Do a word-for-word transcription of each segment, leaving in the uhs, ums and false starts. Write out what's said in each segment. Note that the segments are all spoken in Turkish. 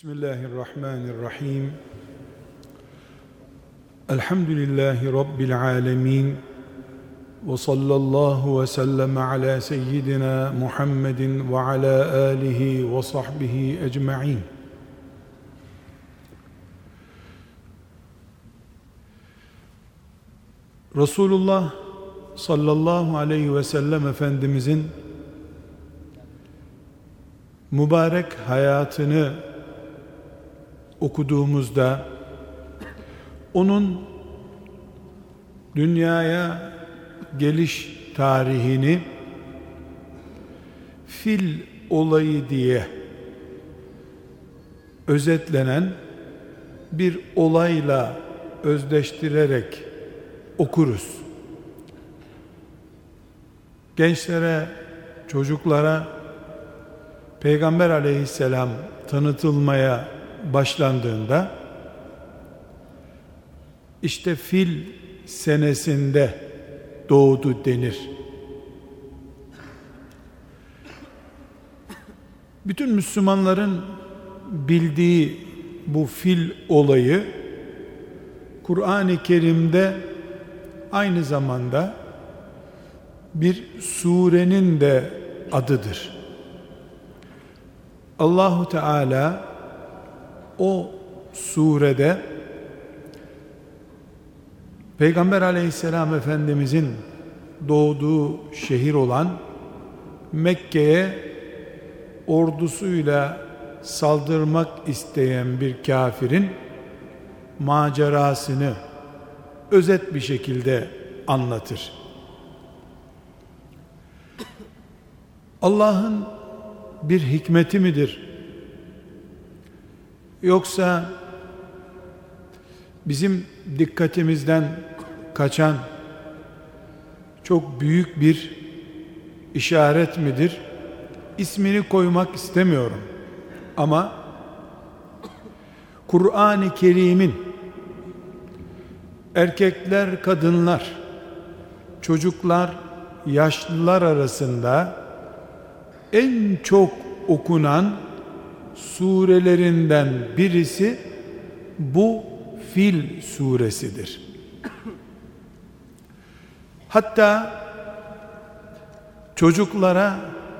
Bismillahirrahmanirrahim. Elhamdülillahi Rabbil alemin. Ve sallallahu ve sellem ala seyyidina Muhammedin ve ala alihi ve sahbihi ecma'in. Resulullah sallallahu aleyhi ve sellem Efendimizin mübarek hayatını okuduğumuzda onun dünyaya geliş tarihini fil olayı diye özetlenen bir olayla özdeştirerek okuruz. Gençlere, çocuklara Peygamber aleyhisselam tanıtılmaya başlandığında işte fil senesinde doğdu denir. Bütün Müslümanların bildiği bu fil olayı Kur'an-ı Kerim'de aynı zamanda bir surenin de adıdır. Allahu Teala o surede Peygamber Aleyhisselam Efendimizin doğduğu şehir olan Mekke'ye ordusuyla saldırmak isteyen bir kafirin macerasını özet bir şekilde anlatır. Allah'ın bir hikmeti midir? Yoksa bizim dikkatimizden kaçan çok büyük bir işaret midir? İsmini koymak istemiyorum. Ama Kur'an-ı Kerim'in erkekler, kadınlar, çocuklar, yaşlılar arasında en çok okunan surelerinden birisi bu Fil suresidir. Hatta çocuklara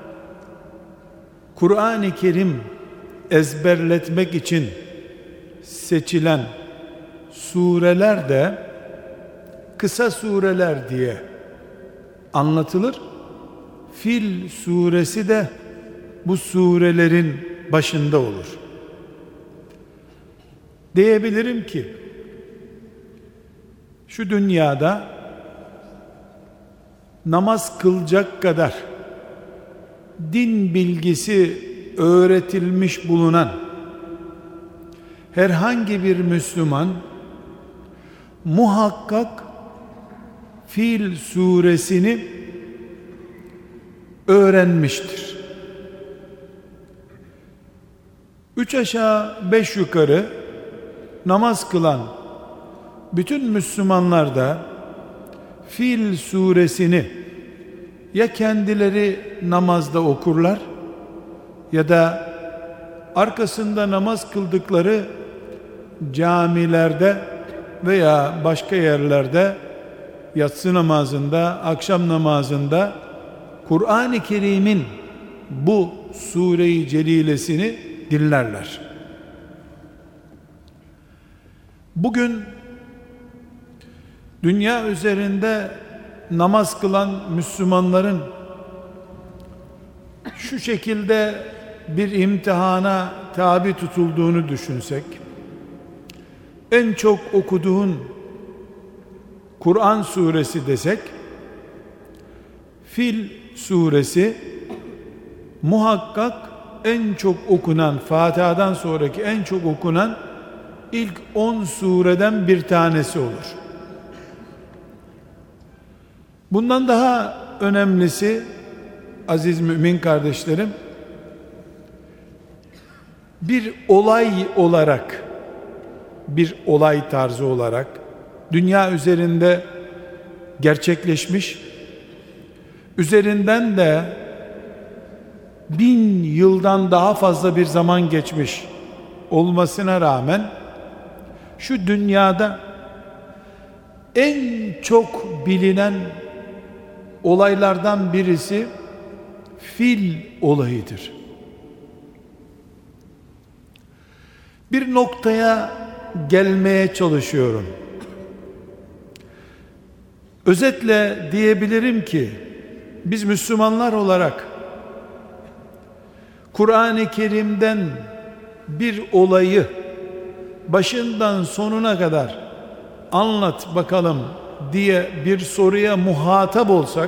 Kur'an-ı Kerim ezberletmek için seçilen sureler de kısa sureler diye anlatılır. Fil suresi de bu surelerin başında olur. Diyebilirim ki şu dünyada namaz kılacak kadar din bilgisi öğretilmiş bulunan herhangi bir Müslüman muhakkak Fil suresini öğrenmiştir. Üç aşağı beş yukarı namaz kılan bütün Müslümanlar da Fil suresini ya kendileri namazda okurlar ya da arkasında namaz kıldıkları camilerde veya başka yerlerde yatsı namazında, akşam namazında Kur'an-ı Kerim'in bu sure-i celilesini dinlerler. Bugün dünya üzerinde namaz kılan Müslümanların şu şekilde bir imtihana tabi tutulduğunu düşünsek, en çok okuduğun Kur'an suresi desek, Fil suresi muhakkak en çok okunan, Fatiha'dan sonraki en çok okunan ilk on sureden bir tanesi olur. Bundan daha önemlisi aziz mümin kardeşlerim, bir olay olarak, bir olay tarzı olarak dünya üzerinde gerçekleşmiş, üzerinden de bin yıldan daha fazla bir zaman geçmiş olmasına rağmen şu dünyada en çok bilinen olaylardan birisi fil olayıdır. Bir noktaya gelmeye çalışıyorum. Özetle diyebilirim ki biz Müslümanlar olarak Kur'an-ı Kerim'den bir olayı başından sonuna kadar anlat bakalım diye bir soruya muhatap olsak,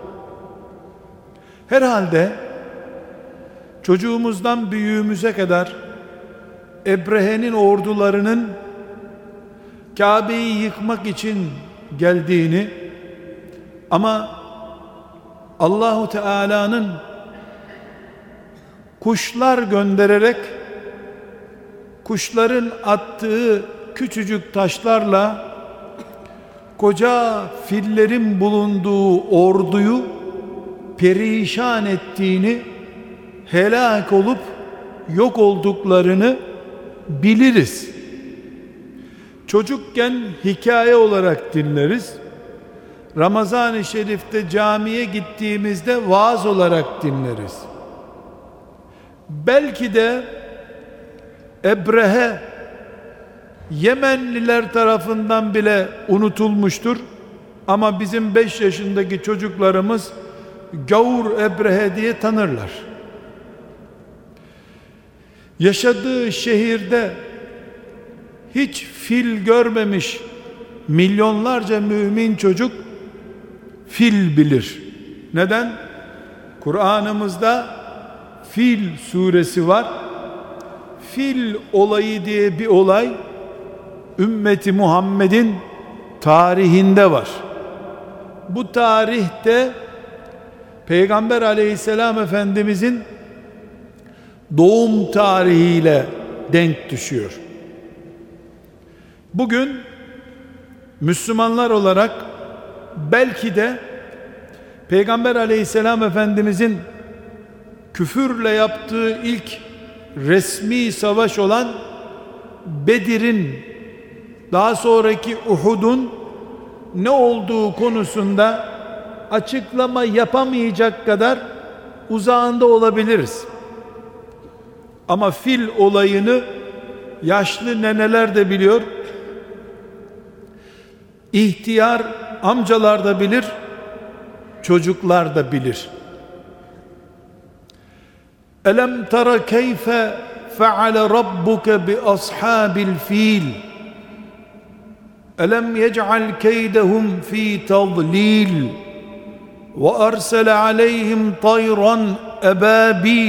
herhalde çocuğumuzdan büyüğümüze kadar Ebrehe'nin ordularının Kabe'yi yıkmak için geldiğini, ama Allahu Teala'nın kuşlar göndererek kuşların attığı küçücük taşlarla koca fillerin bulunduğu orduyu perişan ettiğini, helak olup yok olduklarını biliriz. Çocukken hikaye olarak dinleriz. Ramazan-ı Şerif'te camiye gittiğimizde vaaz olarak dinleriz. Belki de Ebrehe Yemenliler tarafından bile unutulmuştur. Ama bizim beş yaşındaki çocuklarımız Gavur Ebrehe diye tanırlar. Yaşadığı şehirde hiç fil görmemiş milyonlarca mümin çocuk fil bilir. Neden? Kur'an'ımızda Fil suresi var. Fil olayı diye bir olay ümmeti Muhammed'in tarihinde var. Bu tarihte Peygamber Aleyhisselam Efendimizin doğum tarihiyle denk düşüyor. Bugün Müslümanlar olarak belki de Peygamber Aleyhisselam Efendimizin küfürle yaptığı ilk resmi savaş olan Bedir'in, daha sonraki Uhud'un ne olduğu konusunda açıklama yapamayacak kadar uzağında olabiliriz. Ama fil olayını yaşlı neneler de biliyor, ihtiyar amcalar da bilir, çocuklar da bilir. Elem tara keyfe feale rabbuke bi ashabil fil elem yec'al keydehum fi tadlil ve arsele aleyhim tayran ebabil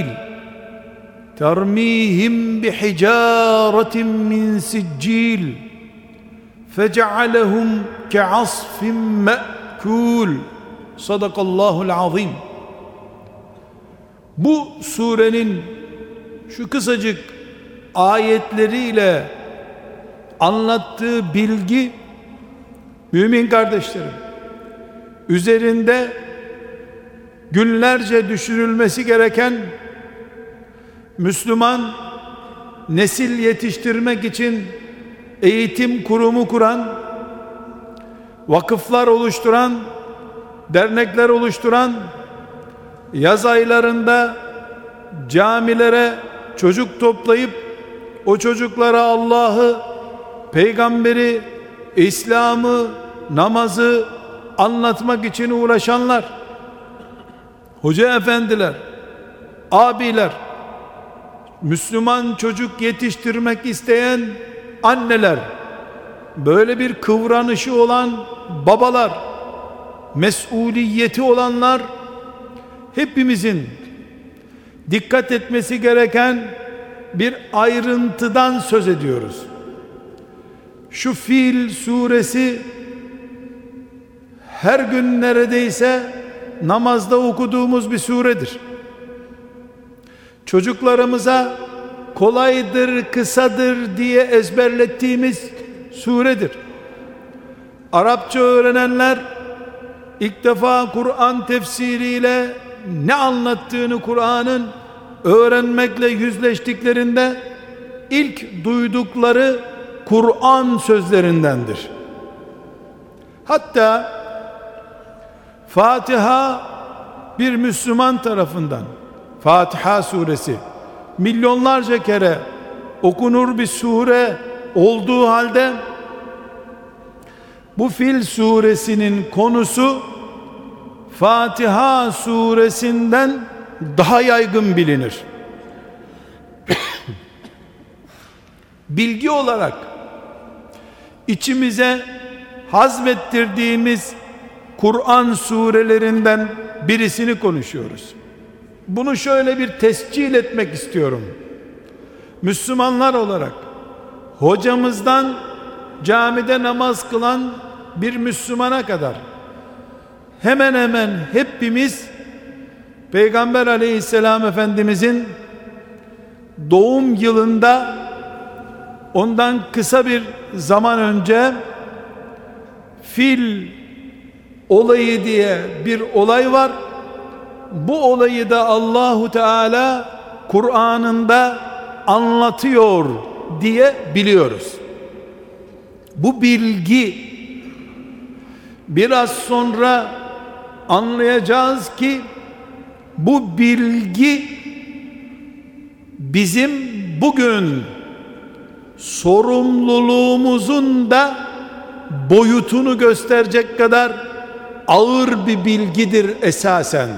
termihim bi hicaretin min siccil fece'alehum ke'asfin me'kul. Sadakallahul azim. Bu surenin şu kısacık ayetleriyle anlattığı bilgi, mümin kardeşlerim, üzerinde günlerce düşünülmesi gereken, Müslüman nesil yetiştirmek için eğitim kurumu kuran, vakıflar oluşturan, dernekler oluşturan, yaz aylarında camilere çocuk toplayıp o çocuklara Allah'ı, peygamberi, İslam'ı, namazı anlatmak için uğraşanlar, hoca efendiler, abiler, Müslüman çocuk yetiştirmek isteyen anneler, böyle bir kıvranışı olan babalar, mesuliyeti olanlar, hepimizin dikkat etmesi gereken bir ayrıntıdan söz ediyoruz. Şu Fil suresi her gün neredeyse namazda okuduğumuz bir suredir. Çocuklarımıza kolaydır, kısadır diye ezberlettiğimiz suredir. Arapça öğrenenler ilk defa Kur'an tefsiriyle ne anlattığını Kur'an'ın öğrenmekle yüzleştiklerinde ilk duydukları Kur'an sözlerindendir. Hatta Fatiha bir Müslüman tarafından, Fatiha suresi milyonlarca kere okunur bir sure olduğu halde bu Fil suresinin konusu Fatiha suresinden daha yaygın bilinir. Bilgi olarak içimize hazmettirdiğimiz Kur'an surelerinden birisini konuşuyoruz. Bunu şöyle bir tescil etmek istiyorum. Müslümanlar olarak hocamızdan camide namaz kılan bir Müslümana kadar hemen hemen hepimiz Peygamber Aleyhisselam Efendimizin doğum yılında ondan kısa bir zaman önce Fil olayı diye bir olay var. Bu olayı da Allahu Teala Kur'an'ında anlatıyor diye biliyoruz. Bu bilgi biraz sonra anlayacağız ki bu bilgi bizim bugün sorumluluğumuzun da boyutunu gösterecek kadar ağır bir bilgidir esasen.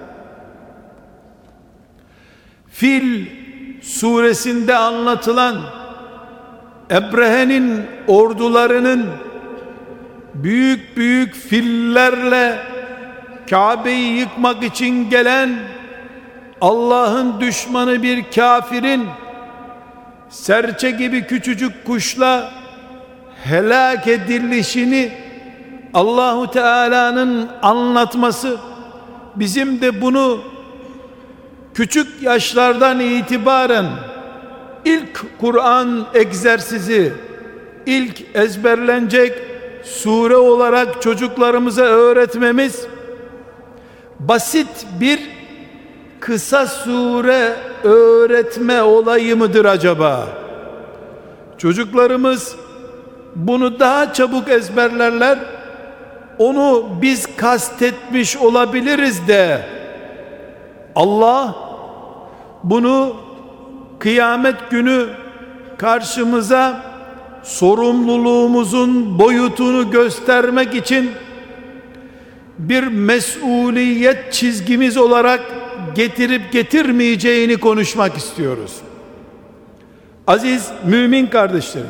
Fil suresinde anlatılan Ebrehe'nin ordularının büyük büyük fillerle Kabe'yi yıkmak için gelen Allah'ın düşmanı bir kafirin serçe gibi küçücük kuşla helak edilişini Allahu Teala'nın anlatması, bizim de bunu küçük yaşlardan itibaren ilk Kur'an egzersizi, ilk ezberlenecek sure olarak çocuklarımıza öğretmemiz, basit bir kısa sure öğretme olayı mıdır acaba? Çocuklarımız bunu daha çabuk ezberlerler, onu biz kastetmiş olabiliriz de Allah bunu kıyamet günü karşımıza sorumluluğumuzun boyutunu göstermek için bir mesuliyet çizgimiz olarak getirip getirmeyeceğini konuşmak istiyoruz. Aziz mümin kardeşlerim,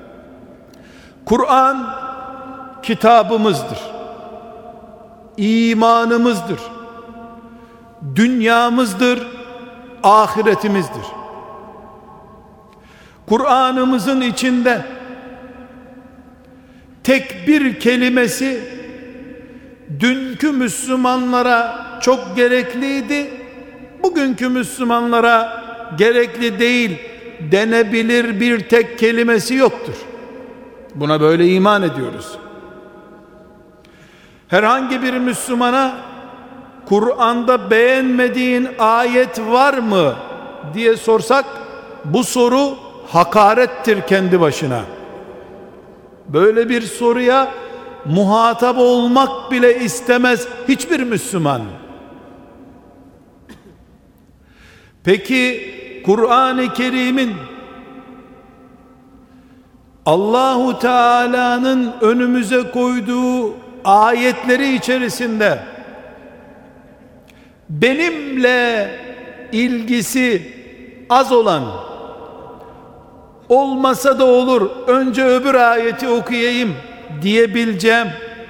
Kur'an kitabımızdır, imanımızdır, dünyamızdır, ahiretimizdir. Kur'an'ımızın içinde tek bir kelimesi dünkü Müslümanlara çok gerekliydi, bugünkü Müslümanlara gerekli değil denebilir bir tek kelimesi yoktur. Buna böyle iman ediyoruz. Herhangi bir Müslümana Kur'an'da beğenmediğin ayet var mı diye sorsak, bu soru hakarettir kendi başına. Böyle bir soruya muhatap olmak bile istemez hiçbir Müslüman. Peki Kur'an-ı Kerim'in Allahu Teala'nın önümüze koyduğu ayetleri içerisinde benimle ilgisi az olan, olmasa da olur önce öbür ayeti okuyayım diyebileceğim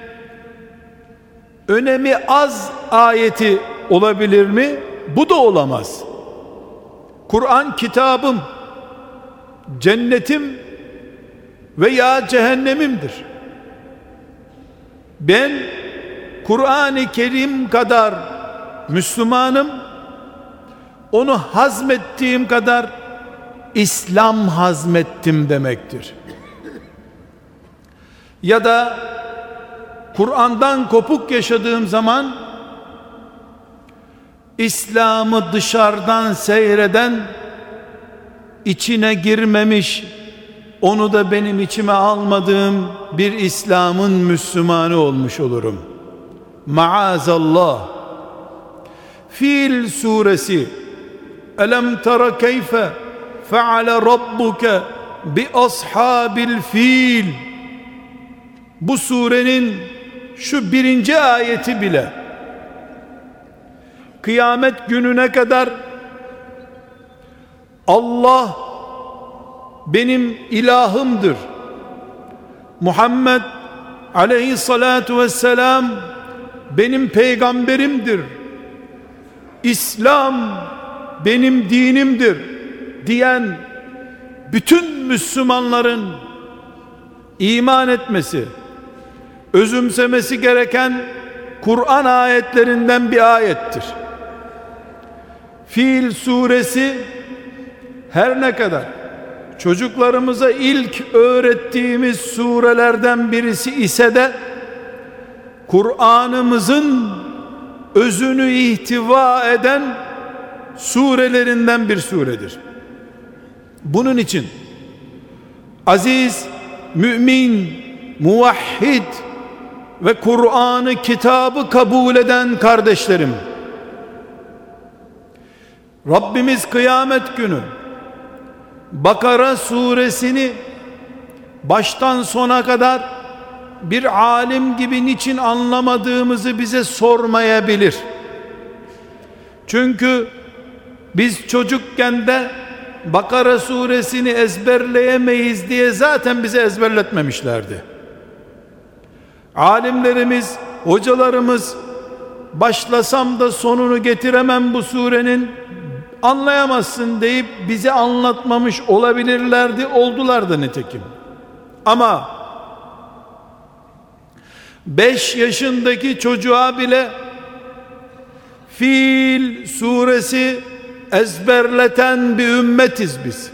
önemi az ayeti olabilir mi? Bu da olamaz. Kur'an kitabım, cennetim veya cehennemimdir. Ben Kur'an-ı Kerim kadar Müslümanım, onu hazmettiğim kadar İslam hazmettim demektir. Ya da Kur'an'dan kopuk yaşadığım zaman İslam'ı dışarıdan seyreden içine girmemiş, onu da benim içime almadığım bir İslam'ın Müslümanı olmuş olurum. Maazallah. Fil suresi, Elem tera keyfe feale rabbuke bi ashabil fil, bu surenin şu birinci ayeti bile kıyamet gününe kadar Allah benim ilahımdır, Muhammed aleyhissalatu vesselam benim peygamberimdir, İslam benim dinimdir diyen bütün Müslümanların iman etmesi, özümsemesi gereken Kur'an ayetlerinden bir ayettir. Fil suresi her ne kadar çocuklarımıza ilk öğrettiğimiz surelerden birisi ise de Kur'an'ımızın özünü ihtiva eden surelerinden bir suredir. Bunun için aziz, mümin, muvahhid ve Kur'an'ı, kitabı kabul eden kardeşlerim, Rabbimiz kıyamet günü Bakara suresini baştan sona kadar bir alim gibi niçin anlamadığımızı bize sormayabilir. Çünkü biz çocukken de Bakara suresini ezberleyemeyiz diye zaten bize ezberletmemişlerdi. Alimlerimiz, hocalarımız başlasam da sonunu getiremem bu surenin, anlayamazsın deyip bize anlatmamış olabilirlerdi, oldular da nitekim. Ama beş yaşındaki çocuğa bile Fil suresi ezberleten bir ümmetiz biz.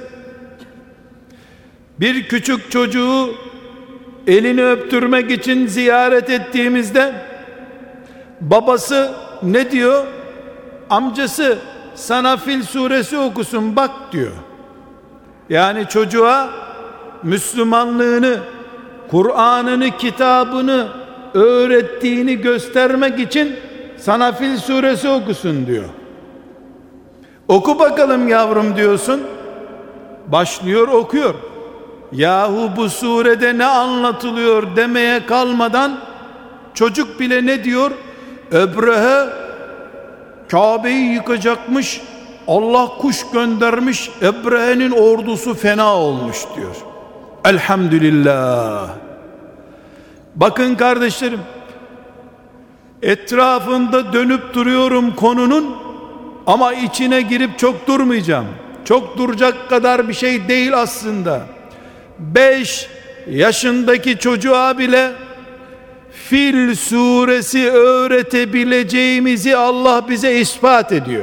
Bir küçük çocuğu elini öptürmek için ziyaret ettiğimizde babası ne diyor? Amcası sana Fil suresi okusun bak diyor. Yani çocuğa Müslümanlığını, Kur'an'ını, kitabını öğrettiğini göstermek için sana Fil suresi okusun diyor. Oku bakalım yavrum diyorsun, başlıyor okuyor. Yahu bu surede ne anlatılıyor demeye kalmadan çocuk bile ne diyor? Ebrehe Kabe'yi yıkacakmış, Allah kuş göndermiş, Ebrehe'nin ordusu fena olmuş diyor. Elhamdülillah. Bakın kardeşlerim, etrafında dönüp duruyorum konunun, ama içine girip çok durmayacağım. Çok duracak kadar bir şey değil aslında. Beş yaşındaki çocuğa bile Fil suresi öğretebileceğimizi Allah bize ispat ediyor.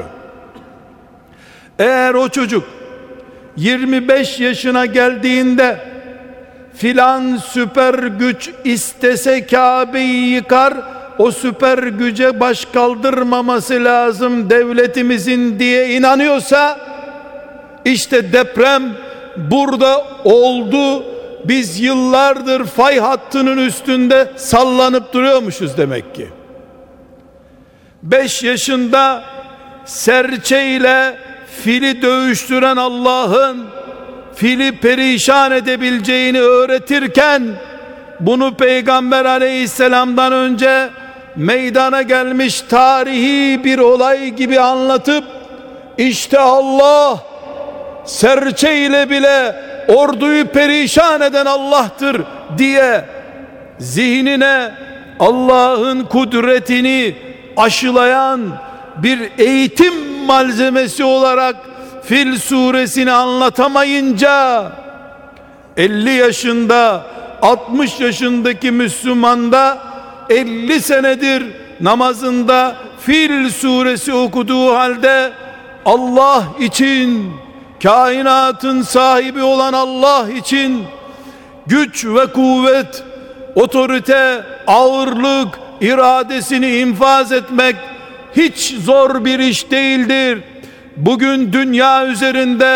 Eğer o çocuk yirmi beş yaşına geldiğinde filan süper güç istese Kabe'yi yıkar, o süper güce baş kaldırmaması lazım devletimizin diye inanıyorsa, işte deprem burada oldu, biz yıllardır fay hattının üstünde sallanıp duruyormuşuz demek ki. Beş yaşında serçe ile fili dövüştüren Allah'ın fili perişan edebileceğini öğretirken, bunu Peygamber aleyhisselamdan önce meydana gelmiş tarihi bir olay gibi anlatıp, işte Allah serçe ile bile orduyu perişan eden Allah'tır diye zihnine Allah'ın kudretini aşılayan bir eğitim malzemesi olarak Fil suresini anlatamayınca, elli yaşında altmış yaşındaki Müslümanda elli senedir namazında Fil suresi okuduğu halde Allah için, kainatın sahibi olan Allah için güç ve kuvvet, otorite, ağırlık, iradesini infaz etmek hiç zor bir iş değildir. Bugün dünya üzerinde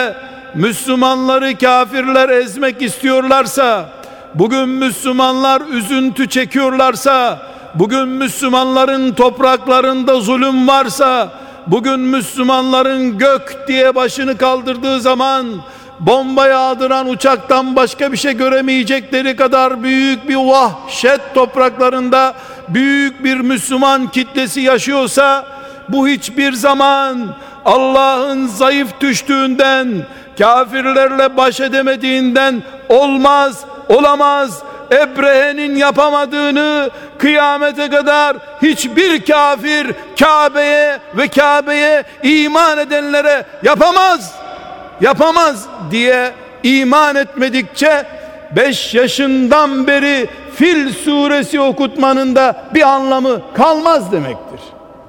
Müslümanları kafirler ezmek istiyorlarsa, bugün Müslümanlar üzüntü çekiyorlarsa, bugün Müslümanların topraklarında zulüm varsa, bugün Müslümanların gök diye başını kaldırdığı zaman bomba yağdıran uçaktan başka bir şey göremeyecekleri kadar büyük bir vahşet topraklarında büyük bir Müslüman kitlesi yaşıyorsa, bu hiçbir zaman Allah'ın zayıf düştüğünden, kafirlerle baş edemediğinden olmaz, olamaz. Ebrehe'nin yapamadığını kıyamete kadar hiçbir kafir Kabe'ye ve Kabe'ye iman edenlere yapamaz, yapamaz diye iman etmedikçe beş yaşından beri Fil suresi okutmanın da bir anlamı kalmaz demektir.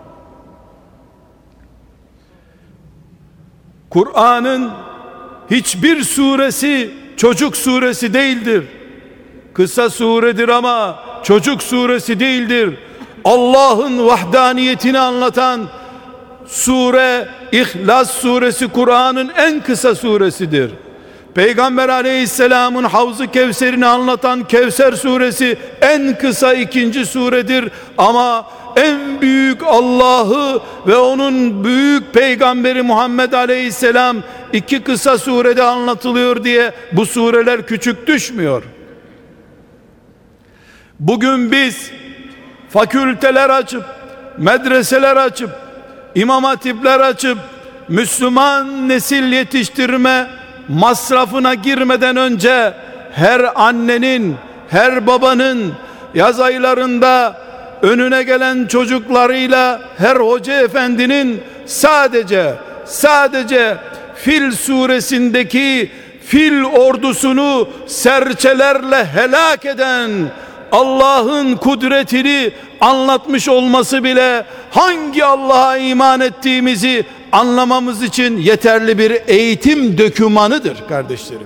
Kur'an'ın hiçbir suresi çocuk suresi değildir. Kısa suredir ama çocuk suresi değildir. Allah'ın vahdaniyetini anlatan sure İhlas suresi Kur'an'ın en kısa suresidir. Peygamber aleyhisselamın Havz-ı Kevser'ini anlatan Kevser suresi en kısa ikinci suredir. Ama en büyük Allah'ı ve onun büyük peygamberi Muhammed aleyhisselam iki kısa surede anlatılıyor diye bu sureler küçük düşmüyor. Bugün biz fakülteler açıp, medreseler açıp, imam hatipler açıp, Müslüman nesil yetiştirme masrafına girmeden önce her annenin, her babanın yaz aylarında önüne gelen çocuklarıyla her hoca efendinin sadece sadece Fil suresindeki fil ordusunu serçelerle helak eden Allah'ın kudretini anlatmış olması bile hangi Allah'a iman ettiğimizi anlamamız için yeterli bir eğitim dokümanıdır kardeşlerim.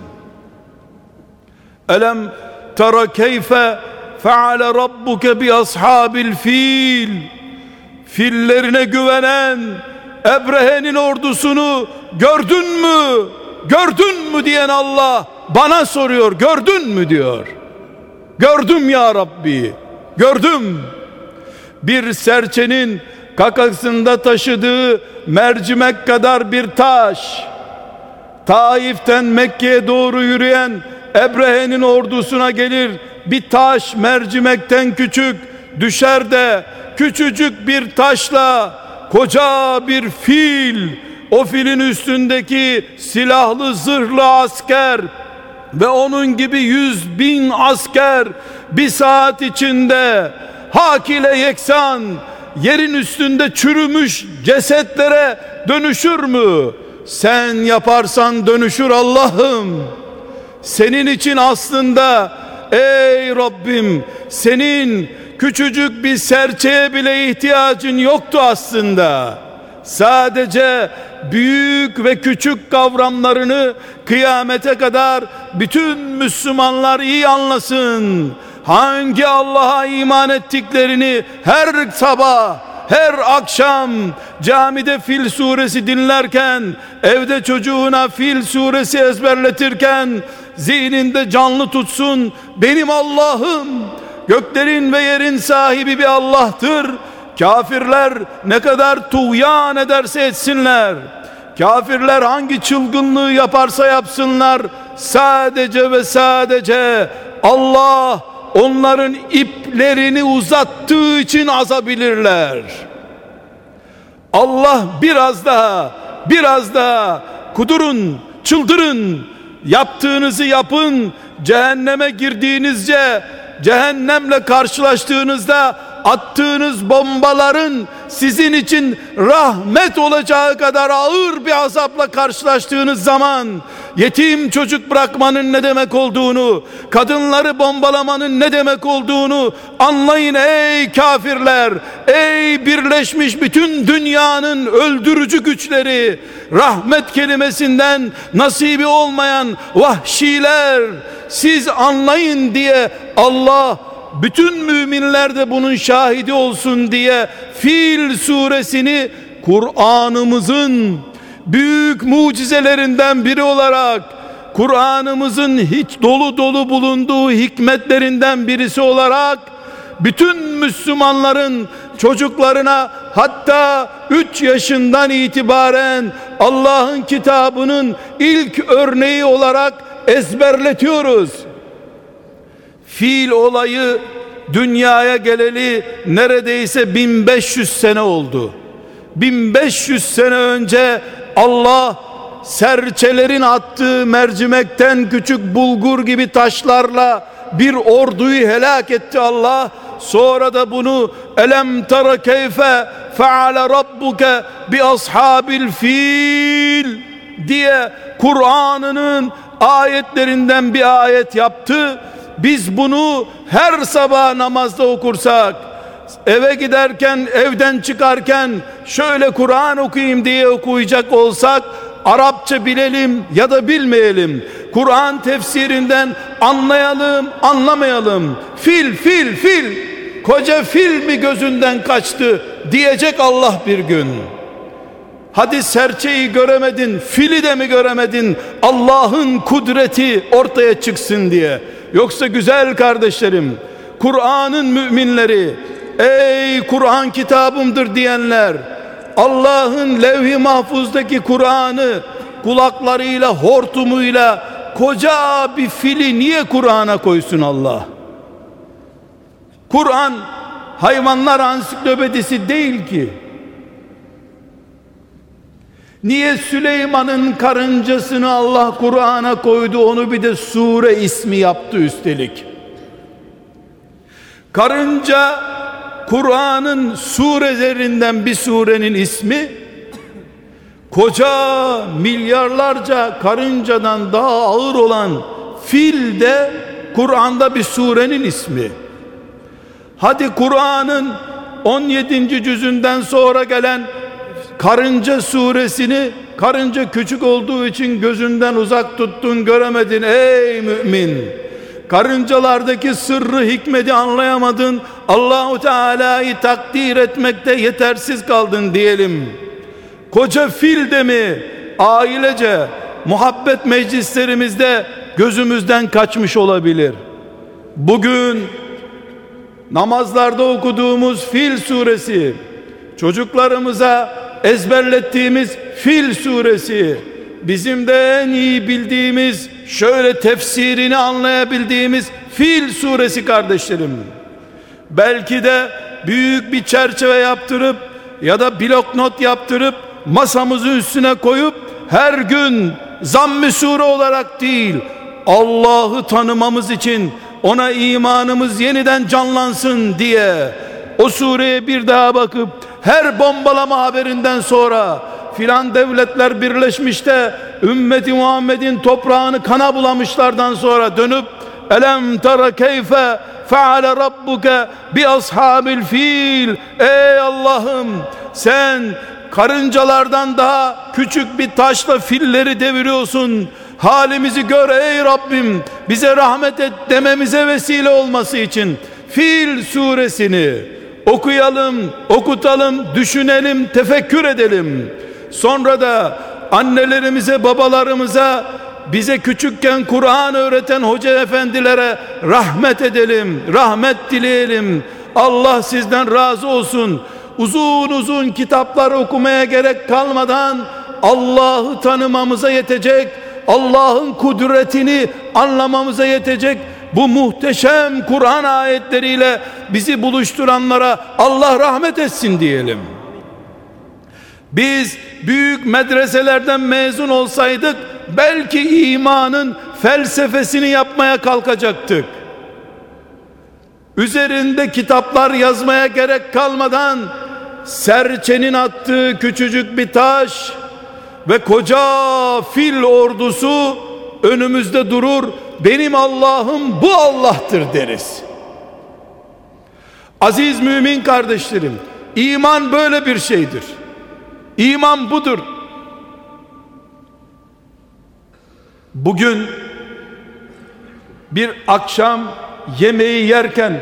Elem tera keyfe feale rabbuke bi ashabil fil. Fillerine güvenen Ebrehe'nin ordusunu gördün mü? Gördün mü diyen Allah bana soruyor, gördün mü diyor. Gördüm ya Rabbi, gördüm. Bir serçenin kakasında taşıdığı mercimek kadar bir taş, Taif'ten Mekke'ye doğru yürüyen Ebrehe'nin ordusuna gelir, bir taş mercimekten küçük düşer de küçücük bir taşla koca bir fil, o filin üstündeki silahlı zırhlı asker ve onun gibi yüz bin asker bir saat içinde hak ile yeksan yerin üstünde çürümüş cesetlere dönüşür mü? Sen yaparsan dönüşür Allah'ım. Senin için aslında ey Rabbim, senin küçücük bir serçeye bile ihtiyacın yoktu aslında. Sadece büyük ve küçük kavramlarını kıyamete kadar bütün Müslümanlar iyi anlasın. Hangi Allah'a iman ettiklerini her sabah, her akşam camide Fil suresi dinlerken, evde çocuğuna Fil suresi ezberletirken zihninde canlı tutsun. Benim Allah'ım göklerin ve yerin sahibi bir Allah'tır. Kafirler ne kadar tuğyan ederse etsinler, kafirler hangi çılgınlığı yaparsa yapsınlar, sadece ve sadece Allah onların iplerini uzattığı için azabilirler. Allah biraz daha, biraz daha kudurun, çıldırın, yaptığınızı yapın. Cehenneme girdiğinizce, cehennemle karşılaştığınızda attığınız bombaların sizin için rahmet olacağı kadar ağır bir azapla karşılaştığınız zaman, yetim çocuk bırakmanın ne demek olduğunu, kadınları bombalamanın ne demek olduğunu anlayın ey kafirler, ey birleşmiş bütün dünyanın öldürücü güçleri, rahmet kelimesinden nasibi olmayan vahşiler, siz anlayın diye Allah bütün müminler de bunun şahidi olsun diye Fil suresini Kur'an'ımızın büyük mucizelerinden biri olarak, Kur'an'ımızın hiç dolu dolu bulunduğu hikmetlerinden birisi olarak, bütün Müslümanların çocuklarına, hatta üç yaşından itibaren Allah'ın kitabının ilk örneği olarak ezberletiyoruz. Fil olayı dünyaya geleli neredeyse bin beş yüz sene oldu. bin beş yüz sene önce Allah serçelerin attığı mercimekten küçük bulgur gibi taşlarla bir orduyu helak etti Allah. Sonra da bunu elem tara keyfe feale rabbuke bi ashabil fil diye Kur'an'ının ayetlerinden bir ayet yaptı. Biz bunu her sabah namazda okursak, eve giderken, evden çıkarken şöyle Kur'an okuyayım diye okuyacak olsak, Arapça bilelim ya da bilmeyelim, Kur'an tefsirinden anlayalım anlamayalım, fil fil fil, koca fil mi gözünden kaçtı diyecek Allah bir gün. Hadi serçeyi göremedin, fili de mi göremedin, Allah'ın kudreti ortaya çıksın diye. Yoksa güzel kardeşlerim, Kur'an'ın müminleri, ey Kur'an kitabımdır diyenler, Allah'ın levh-i mahfuzdaki Kur'an'ı kulaklarıyla, hortumuyla, koca bir fili niye Kur'an'a koysun Allah? Kur'an hayvanlar ansiklopedisi değil ki. Niye Süleyman'ın karıncasını Allah Kur'an'a koydu, onu bir de sure ismi yaptı üstelik? Karınca Kur'an'ın surelerinden bir surenin ismi, koca milyarlarca karıncadan daha ağır olan fil de Kur'an'da bir surenin ismi. Hadi Kur'an'ın on yedinci cüzünden sonra gelen Karınca suresini, karınca küçük olduğu için gözünden uzak tuttun, göremedin ey mümin. Karıncalardaki sırrı, hikmeti anlayamadın, Allahu Teala'yı takdir etmekte yetersiz kaldın diyelim. Koca fil de mi ailece muhabbet meclislerimizde gözümüzden kaçmış olabilir? Bugün namazlarda okuduğumuz Fil suresi, çocuklarımıza ezberlettiğimiz Fil suresi, bizim de en iyi bildiğimiz, şöyle tefsirini anlayabildiğimiz Fil suresi kardeşlerim. Belki de büyük bir çerçeve yaptırıp ya da bloknot yaptırıp masamızın üstüne koyup her gün zamm-ı sure olarak değil, Allah'ı tanımamız için, ona imanımız yeniden canlansın diye o sureye bir daha bakıp her bombalama haberinden sonra filan devletler birleşmiş de ümmeti Muhammed'in toprağını kana bulamışlardan sonra dönüp elem tara keyfe feale rabbuke bi ashabil fil, ey Allah'ım sen karıncalardan daha küçük bir taşla filleri deviriyorsun, halimizi gör ey Rabbim, bize rahmet et dememize vesile olması için Fil suresini okuyalım, okutalım, düşünelim, tefekkür edelim. Sonra da annelerimize, babalarımıza, bize küçükken Kur'an öğreten hoca efendilere rahmet edelim, rahmet dileyelim. Allah sizden razı olsun. Uzun uzun kitaplar okumaya gerek kalmadan Allah'ı tanımamıza yetecek, Allah'ın kudretini anlamamıza yetecek bu muhteşem Kur'an ayetleriyle bizi buluşturanlara Allah rahmet etsin diyelim. Biz büyük medreselerden mezun olsaydık belki imanın felsefesini yapmaya kalkacaktık. Üzerinde kitaplar yazmaya gerek kalmadan serçenin attığı küçücük bir taş ve koca fil ordusu önümüzde durur, benim Allah'ım bu Allah'tır deriz. Aziz mümin kardeşlerim, iman böyle bir şeydir. İman budur. Bugün bir akşam yemeği yerken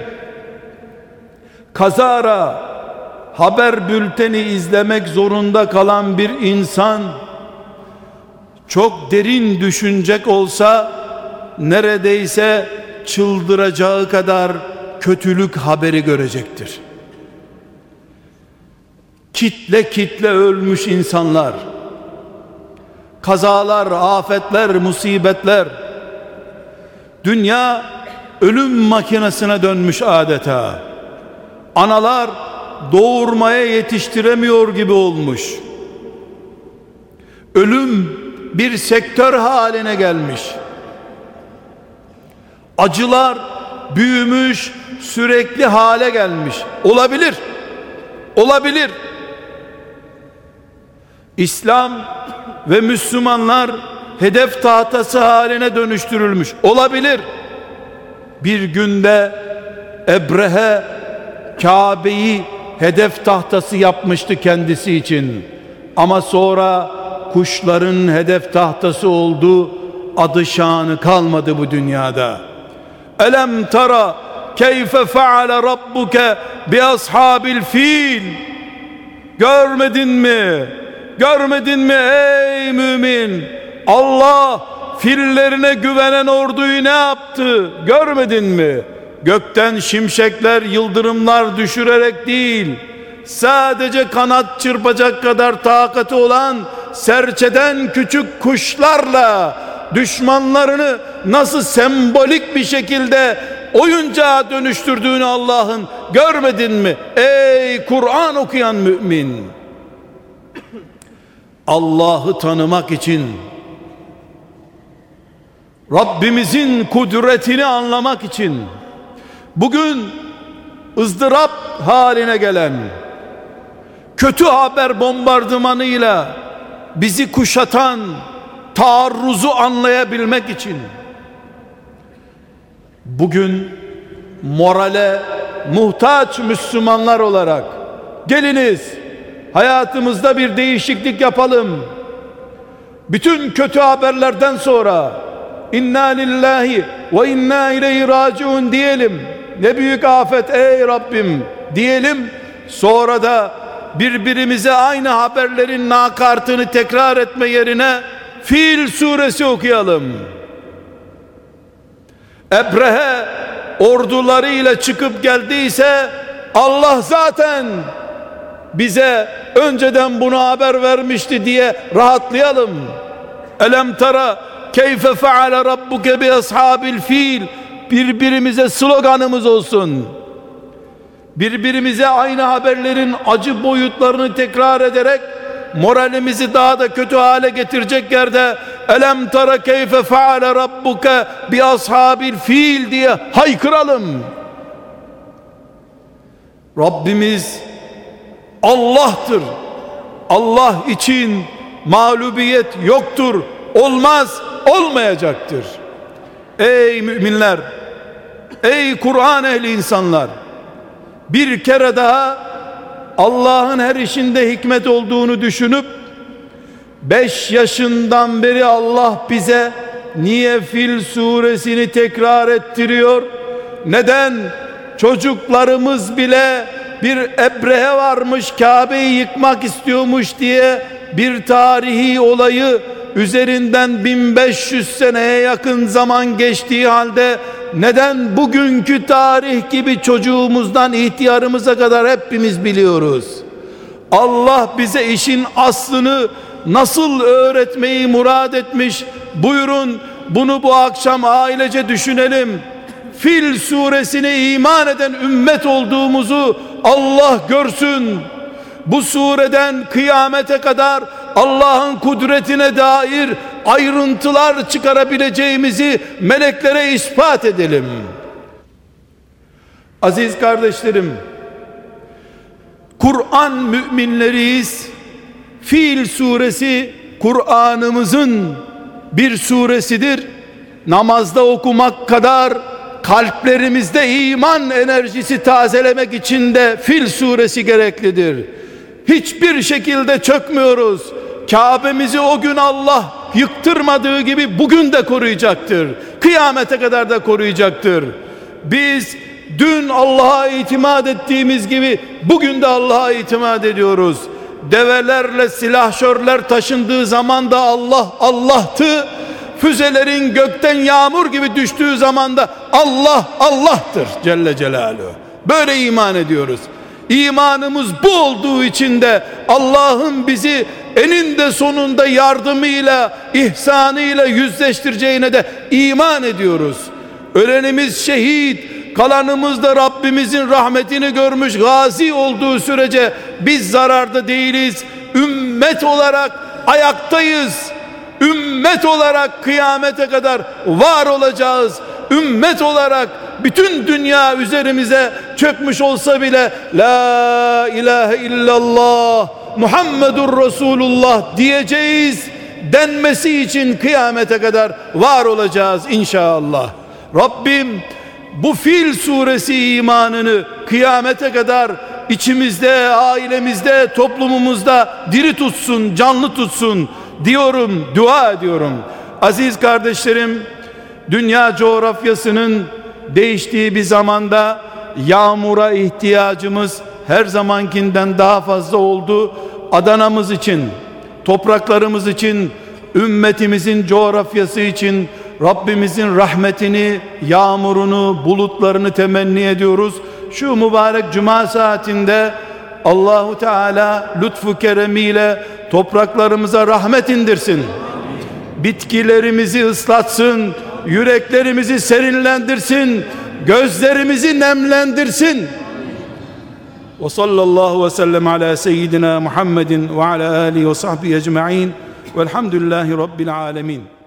kazara haber bülteni izlemek zorunda kalan bir insan çok derin düşünecek olsa neredeyse çıldıracağı kadar kötülük haberi görecektir. Kitle kitle ölmüş insanlar, kazalar, afetler, musibetler, dünya ölüm makinesine dönmüş adeta. Analar doğurmaya yetiştiremiyor gibi olmuş. Ölüm bir sektör haline gelmiş. Acılar büyümüş, sürekli hale gelmiş. Olabilir. Olabilir. İslam ve Müslümanlar hedef tahtası haline dönüştürülmüş. Olabilir. Bir günde Ebrehe Kabe'yi hedef tahtası yapmıştı kendisi için. Ama sonra kuşların hedef tahtası oldu. Adı şanı kalmadı bu dünyada. Elem tara keyfe feale rabbuke bi ashabil fil. Görmedin mi? Görmedin mi ey mümin? Allah fillerine güvenen orduyu ne yaptı? Görmedin mi? Gökten şimşekler, yıldırımlar düşürerek değil, sadece kanat çırpacak kadar takati olan serçeden küçük kuşlarla düşmanlarını nasıl sembolik bir şekilde oyuncağa dönüştürdüğünü Allah'ın görmedin mi? Ey Kur'an okuyan mümin! Allah'ı tanımak için, Rabbimizin kudretini anlamak için, bugün ızdırap haline gelen kötü haber bombardımanıyla bizi kuşatan taarruzu anlayabilmek için, bugün morale muhtaç Müslümanlar olarak geliniz hayatımızda bir değişiklik yapalım. Bütün kötü haberlerden sonra İnna lillahi ve inna ileyhi raciun diyelim. Ne büyük afet ey Rabbim diyelim. Sonra da birbirimize aynı haberlerin nakartını tekrar etme yerine Fil suresi okuyalım. Ebrehe ordularıyla çıkıp geldiyse Allah zaten bize önceden bunu haber vermişti diye rahatlayalım. Elem tara keyfe feale rabbuke bi ashabil fil, birbirimize sloganımız olsun. Birbirimize aynı haberlerin acı boyutlarını tekrar ederek moralimizi daha da kötü hale getirecek yerde elem tara keyfe feale rabbuke bi ashabil fil diye haykıralım. Rabbimiz Allah'tır. Allah için mağlubiyet yoktur. Olmaz, olmayacaktır. Ey müminler, ey Kur'an ehli insanlar, bir kere daha Allah'ın her işinde hikmet olduğunu düşünüp beş yaşından beri Allah bize niye Fil suresini tekrar ettiriyor? Neden? Çocuklarımız bile bir Ebrehe varmış, Kabe'yi yıkmak istiyormuş diye bir tarihi olayı üzerinden bin beş yüz seneye yakın zaman geçtiği halde neden bugünkü tarih gibi çocuğumuzdan ihtiyarımıza kadar hepimiz biliyoruz? Allah bize işin aslını nasıl öğretmeyi murad etmiş? Buyurun bunu bu akşam ailece düşünelim. Fil suresine iman eden ümmet olduğumuzu Allah görsün. Bu sureden kıyamete kadar Allah'ın kudretine dair ayrıntılar çıkarabileceğimizi meleklere ispat edelim. Aziz kardeşlerim, Kur'an müminleriyiz. Fil suresi Kur'an'ımızın bir suresidir. Namazda okumak kadar kalplerimizde iman enerjisi tazelemek için de Fil suresi gereklidir. Hiçbir şekilde çökmüyoruz. Kabe'mizi o gün Allah yıktırmadığı gibi bugün de koruyacaktır. Kıyamete kadar da koruyacaktır. Biz dün Allah'a itimat ettiğimiz gibi bugün de Allah'a itimat ediyoruz. Develerle silahşörler taşındığı zaman da Allah Allah'tı. Füzelerin gökten yağmur gibi düştüğü zaman da Allah Allah'tır Celle Celaluhu. Böyle iman ediyoruz. İmanımız bu olduğu için de Allah'ın bizi eninde sonunda yardımıyla, ihsanıyla yüzleştireceğine de iman ediyoruz. Ölenimiz şehit, kalanımız da Rabbimizin rahmetini görmüş gazi olduğu sürece biz zararda değiliz. Ümmet olarak ayaktayız. Ümmet olarak kıyamete kadar var olacağız. Ümmet olarak bütün dünya üzerimize çökmüş olsa bile La ilahe illallah Muhammedur Resulullah diyeceğiz denmesi için kıyamete kadar var olacağız inşallah. Rabbim bu Fil suresi imanını kıyamete kadar içimizde, ailemizde, toplumumuzda diri tutsun, canlı tutsun diyorum, dua ediyorum. Aziz kardeşlerim, dünya coğrafyasının değiştiği bir zamanda yağmura ihtiyacımız her zamankinden daha fazla oldu. Adana'mız için, topraklarımız için, ümmetimizin coğrafyası için Rabbimizin rahmetini, yağmurunu, bulutlarını temenni ediyoruz. Şu mübarek cuma saatinde Allahu Teala lütfu keremiyle topraklarımıza rahmet indirsin. Bitkilerimizi ıslatsın, yüreklerimizi serinlendirsin, gözlerimizi nemlendirsin. Ve sallallahu ve sellem ala seyyidina Muhammedin ve ala alihi ve sahbihi ecma'in velhamdülillahi rabbil alemin.